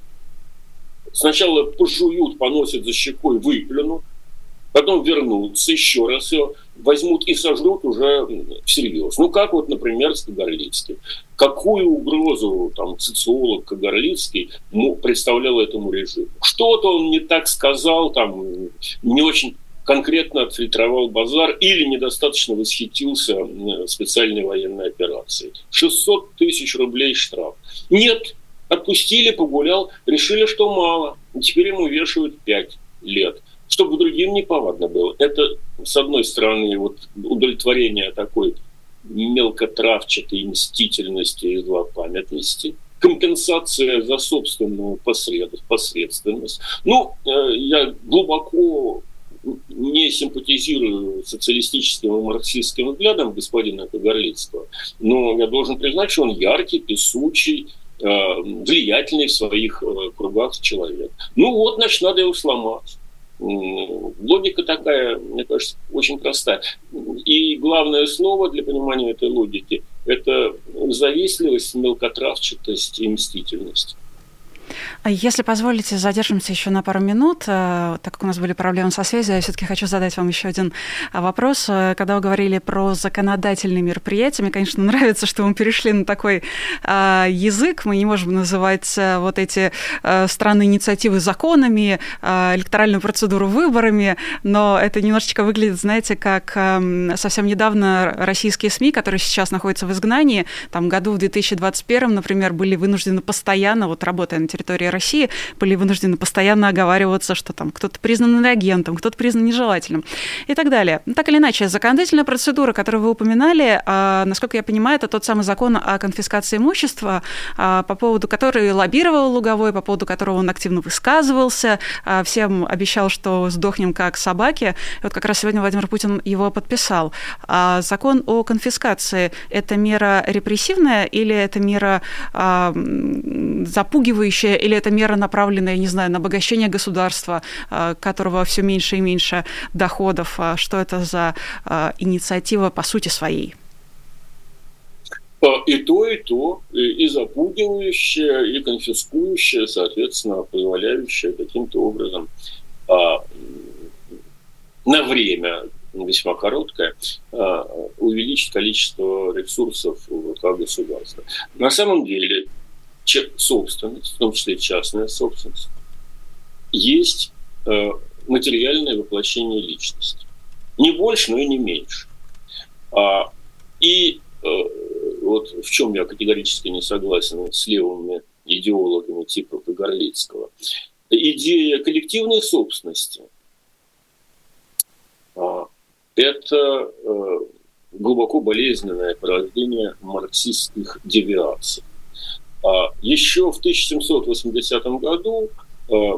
S3: сначала пожуют, поносят за щекой, выплюнут, потом вернутся, еще раз ее возьмут и сожрут уже всерьез. Ну, как вот, например, с Кагарлицким. Какую угрозу там социолог Кагарлицкий представлял этому режиму? Что-то он не так сказал, там, не очень конкретно отфильтровал базар или недостаточно восхитился специальной военной операцией. шестьсот тысяч рублей штраф. Нет, отпустили, погулял, решили, что мало. И теперь ему вешают пять лет. Чтобы другим неповадно было. Это, с одной стороны, вот удовлетворение такой мелкотравчатой мстительности и злопамятности, компенсация за собственную посред... посредственность. Ну, э, я глубоко не симпатизирую социалистическим и марксистским взглядам господина Кагарлицкого, но я должен признать, что он яркий, песучий, э, влиятельный в своих э, кругах человек. Ну вот, значит, надо его сломать. Логика такая, мне кажется, очень простая. И главное слово для понимания этой логики – это завистливость, мелкотравчатость и мстительность.
S2: Если позволите, задержимся еще на пару минут, так как у нас были проблемы со связью, я все-таки хочу задать вам еще один вопрос. Когда вы говорили про законодательные мероприятия, мне, конечно, нравится, что мы перешли на такой язык. Мы не можем называть вот эти странные инициативы законами, электоральную процедуру выборами, но это немножечко выглядит, знаете, как совсем недавно российские СМИ, которые сейчас находятся в изгнании, там году в две тысячи двадцать первом, например, были вынуждены постоянно, вот работая на территории России, были вынуждены постоянно оговариваться, что там кто-то признан иноагентом, кто-то признан нежелательным и так далее. Но так или иначе, законодательная процедура, которую вы упоминали, насколько я понимаю, это тот самый закон о конфискации имущества, по поводу которого лоббировал Луговой, по поводу которого он активно высказывался, всем обещал, что сдохнем как собаки. И вот как раз сегодня Владимир Путин его подписал. Закон о конфискации – это мера репрессивная или это мера запугивающая, или это мера, направленная, я не знаю, на обогащение государства, которого все меньше и меньше доходов? Что это за инициатива по сути своей?
S3: И то, и то, и запугивающая, и конфискующая, соответственно, позволяющая каким-то образом на время, весьма короткое, увеличить количество ресурсов в руках государства. На самом деле, собственность, в том числе частная собственность, есть э, материальное воплощение личности. Не больше, но и не меньше. А, и э, вот в чем я категорически не согласен с левыми идеологами типа Кагарлицкого. Идея коллективной собственности а, это э, глубоко болезненное порождение марксистских девиаций. Еще в тысяча семьсот восьмидесятом году э,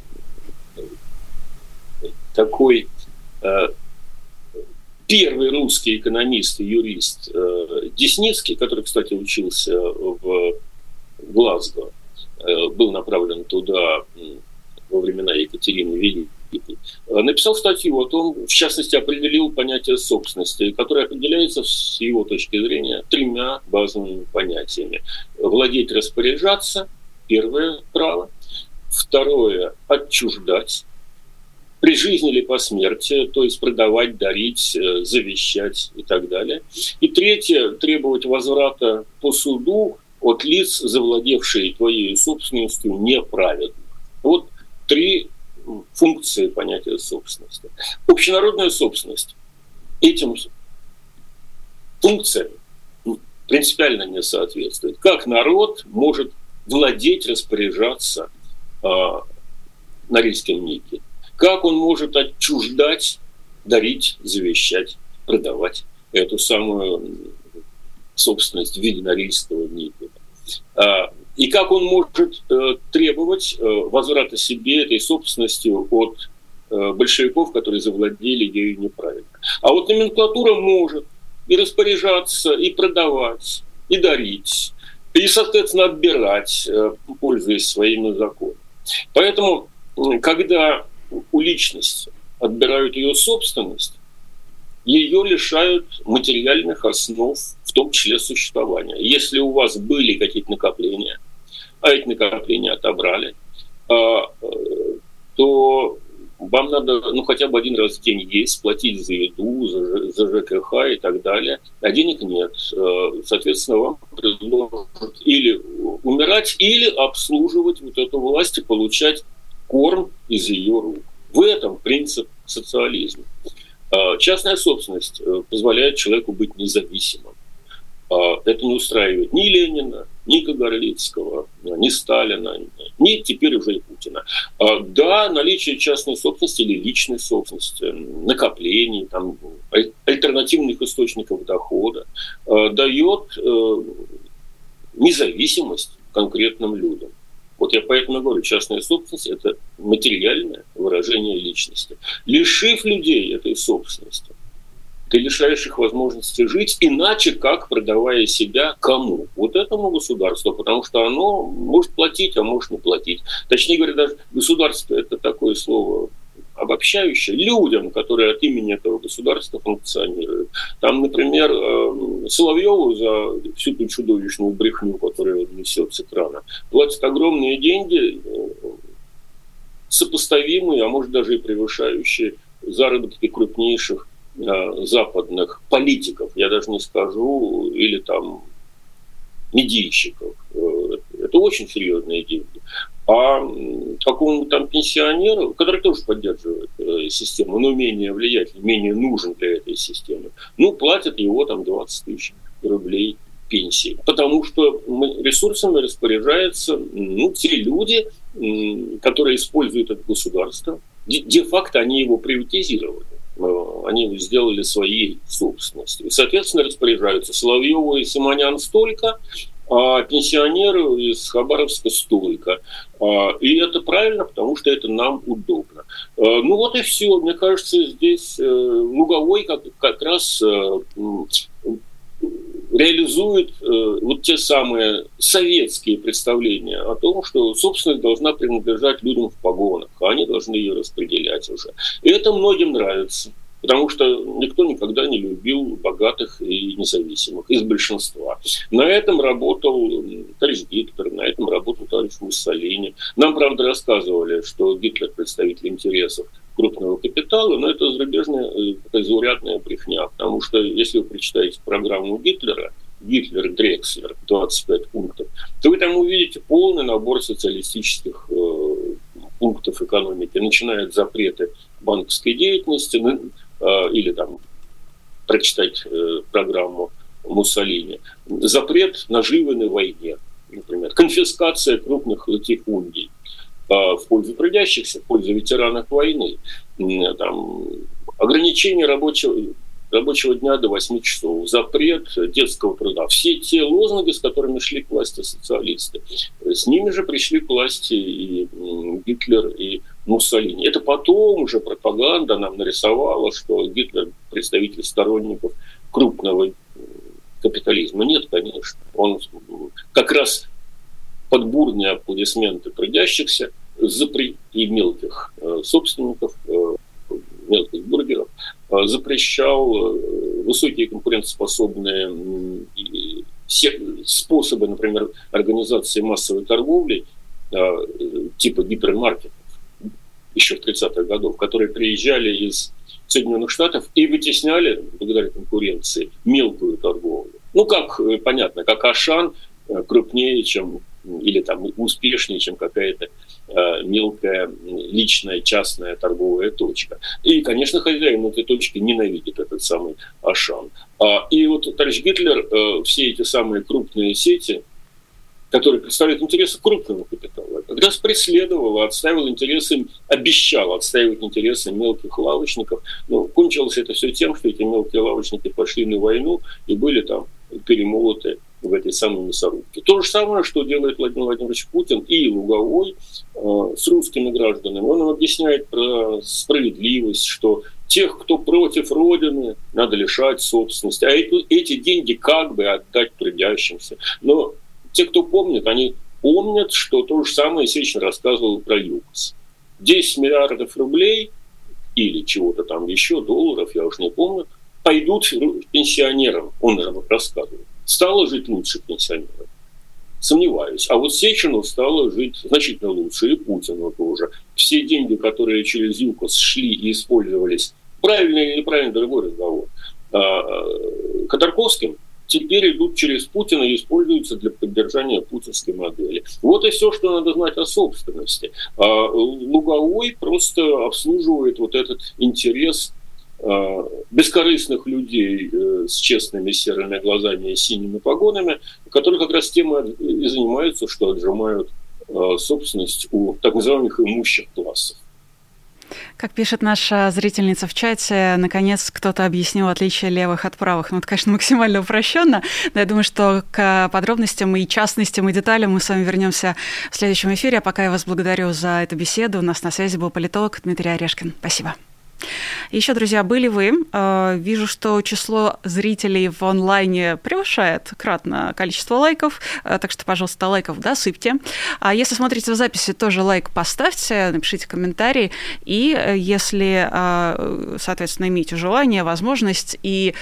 S3: такой э, первый русский экономист и юрист э, Десницкий, который, кстати, учился в Глазго, э, был направлен туда во времена Екатерины Великой, написал статью о том, в частности, определил понятие собственности, которое определяется, с его точки зрения, тремя базовыми понятиями. Владеть, распоряжаться – первое право. Второе – отчуждать. При жизни или по смерти, то есть продавать, дарить, завещать и так далее. И третье – требовать возврата по суду от лиц, завладевшие твоей собственностью неправедно. Вот три функции понятия собственности. Общенародная собственность этим функциям принципиально не соответствует. Как народ может владеть, распоряжаться э, Норильским никелем? Как он может отчуждать, дарить, завещать, продавать эту самую собственность в виде Норильского никеля? И как он может требовать возврата себе этой собственности от большевиков, которые завладели ею неправильно? А вот номенклатура может и распоряжаться, и продавать, и дарить, и, соответственно, отбирать, пользуясь своими законами. Поэтому, когда у личности отбирают ее собственность, ее лишают материальных основ, в том числе существования. Если у вас были какие-то накопления, а эти накопления отобрали, то вам надо ну, хотя бы один раз в день есть, платить за еду, за, за ЖКХ и так далее, а денег нет. Соответственно, вам предложат или умирать, или обслуживать вот эту власть и получать корм из ее рук. В этом принцип социализма. Частная собственность позволяет человеку быть независимым. Это не устраивает ни Ленина, ни Кагарлицкого, ни Сталина, ни теперь уже и Путина. Да, наличие частной собственности или личной собственности, накоплений, там, альтернативных источников дохода дает независимость конкретным людям. Вот я поэтому говорю, частная собственность – это материальное выражение личности. Лишив людей этой собственности, ты лишаешь их возможности жить иначе, как продавая себя кому? Вот этому государству, потому что оно может платить, а может не платить. Точнее говоря, даже государство – это такое слово обобщающее людям, которые от имени этого государства функционируют. Там, например, Соловьеву за всю ту чудовищную брехню, которую он несет с экрана, платят огромные деньги, сопоставимые, а может даже и превышающие заработки крупнейших западных политиков, я даже не скажу, или там медийщиков. Это очень серьезные деньги. А какому-то там пенсионеру, который тоже поддерживает э, систему, но менее влиятельный, менее нужен для этой системы, ну, платят его там двадцать тысяч рублей пенсии. Потому что ресурсами распоряжаются ну, те люди, э, которые используют это государство. Де-факто они его приватизировали. Они его сделали своей собственностью. И, соответственно, распоряжаются Соловьеву и Симонян столько, а пенсионеру из Хабаровска столько. И это правильно, потому что это нам удобно. Ну вот и все. Мне кажется, здесь Луговой как, как раз реализует вот те самые советские представления о том, что собственность должна принадлежать людям в погонах, а они должны ее распределять уже. И это многим нравится. Потому что никто никогда не любил богатых и независимых из большинства. На этом работал товарищ Гитлер, на этом работал товарищ Муссолини. Нам, правда, рассказывали, что Гитлер представитель интересов крупного капитала, но это зарубежная, такая заурядная брехня. Потому что если вы прочитаете программу Гитлера, Гитлер, Дрекслер, двадцать пять пунктов, то вы там увидите полный набор социалистических э, пунктов экономики, начиная от запрета банковской деятельности, или там прочитать э, программу Муссолини. Запрет наживы на войне, например. Конфискация крупных латифундий э, в пользу трудящихся, в пользу ветеранов войны. Э, там, ограничение рабочего, рабочего дня до восьми часов. Запрет детского труда. Все те лозунги, с которыми шли к власти социалисты. С ними же пришли к власти и Гитлер, и Муссолини. Это потом уже пропаганда нам нарисовала, что Гитлер представитель сторонников крупного капитализма. Нет, конечно. Он как раз под бурные аплодисменты трудящихся запре... и мелких собственников, мелких бургеров, запрещал высокие конкурентоспособные способы, например, организации массовой торговли, типа гипермаркетов, еще в тридцатых годах, которые приезжали из Соединенных Штатов и вытесняли, благодаря конкуренции, мелкую торговлю. Ну, как, понятно, как Ашан крупнее, чем, или там успешнее, чем какая-то э, мелкая личная частная торговая точка. И, конечно, хозяин этой точки ненавидит этот самый Ашан. А, и вот товарищ Гитлер э, все эти самые крупные сети, которые представляют интересы крупного капитала, как раз преследовал, отстаивал интересы, обещал отстаивать интересы мелких лавочников. Но кончилось это все тем, что эти мелкие лавочники пошли на войну и были там перемолоты в этой самой мясорубке. То же самое, что делает Владимир Владимирович Путин и Луговой э, с русскими гражданами. Он им объясняет про справедливость, что тех, кто против Родины, надо лишать собственности, а эти, эти деньги как бы отдать трудящимся. Но те, кто помнит, они помнят, что то же самое Сечин рассказывал про ЮКОС. десять миллиардов рублей или чего-то там еще, долларов, я уж не помню, пойдут пенсионерам, он рассказывал. Стало жить лучше пенсионерам? Сомневаюсь. А вот Сечину стало жить значительно лучше, и Путину тоже. Все деньги, которые через ЮКОС шли и использовались, правильно или неправильно, другой разговор, Ходорковским, теперь идут через Путина и используются для поддержания путинской модели. Вот и все, что надо знать о собственности. А Луговой просто обслуживает вот этот интерес бескорыстных людей с честными серыми глазами и синими погонами, которые как раз тем и занимаются, что отжимают собственность у так называемых имущих классов.
S2: Как пишет наша зрительница в чате, наконец кто-то объяснил отличие левых от правых. Ну, это, конечно, максимально упрощенно, но я думаю, что к подробностям и частностям и деталям мы с вами вернемся в следующем эфире. А пока я вас благодарю за эту беседу. У нас на связи был политолог Дмитрий Орешкин. Спасибо. Еще, друзья, были вы. Вижу, что число зрителей в онлайне превышает кратно количество лайков, так что, пожалуйста, лайков досыпьте. А если смотрите в записи, тоже лайк поставьте, напишите комментарий. И если, соответственно, имеете желание, возможность и...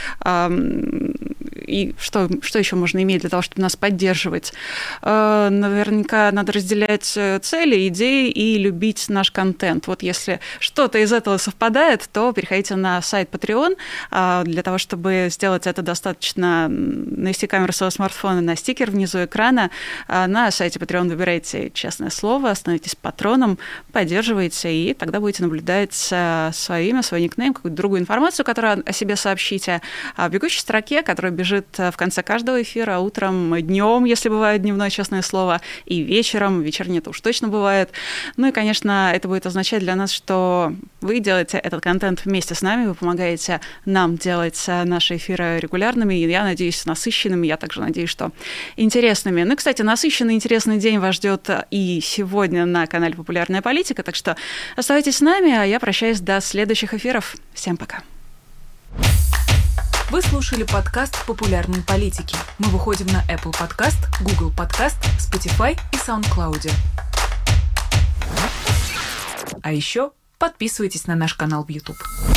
S2: И что, что еще можно иметь для того, чтобы нас поддерживать? Наверняка надо разделять цели, идеи и любить наш контент. Вот если что-то из этого совпадает, то переходите на сайт Patreon. Для того, чтобы сделать это, достаточно навести камеру своего смартфона на стикер внизу экрана. На сайте Patreon выбирайте «Честное слово», становитесь патроном, поддерживайте, и тогда будете наблюдать свое имя, свой никнейм, какую-то другую информацию, которую о себе сообщите. А в бегущей строке, которая бежит в конце каждого эфира, утром, днем, если бывает дневное честное слово, и вечером, вечернее это уж точно бывает. Ну и, конечно, это будет означать для нас, что вы делаете этот контент вместе с нами, вы помогаете нам делать наши эфиры регулярными, и я надеюсь, насыщенными, я также надеюсь, что интересными. Ну и, кстати, насыщенный, интересный день вас ждет и сегодня на канале «Популярная политика», так что оставайтесь с нами, а я прощаюсь до следующих эфиров. Всем пока.
S1: Вы слушали подкаст «Популярной политики». Мы выходим на Apple Podcast, Google Podcast, Spotify и SoundCloud. А еще подписывайтесь на наш канал в YouTube.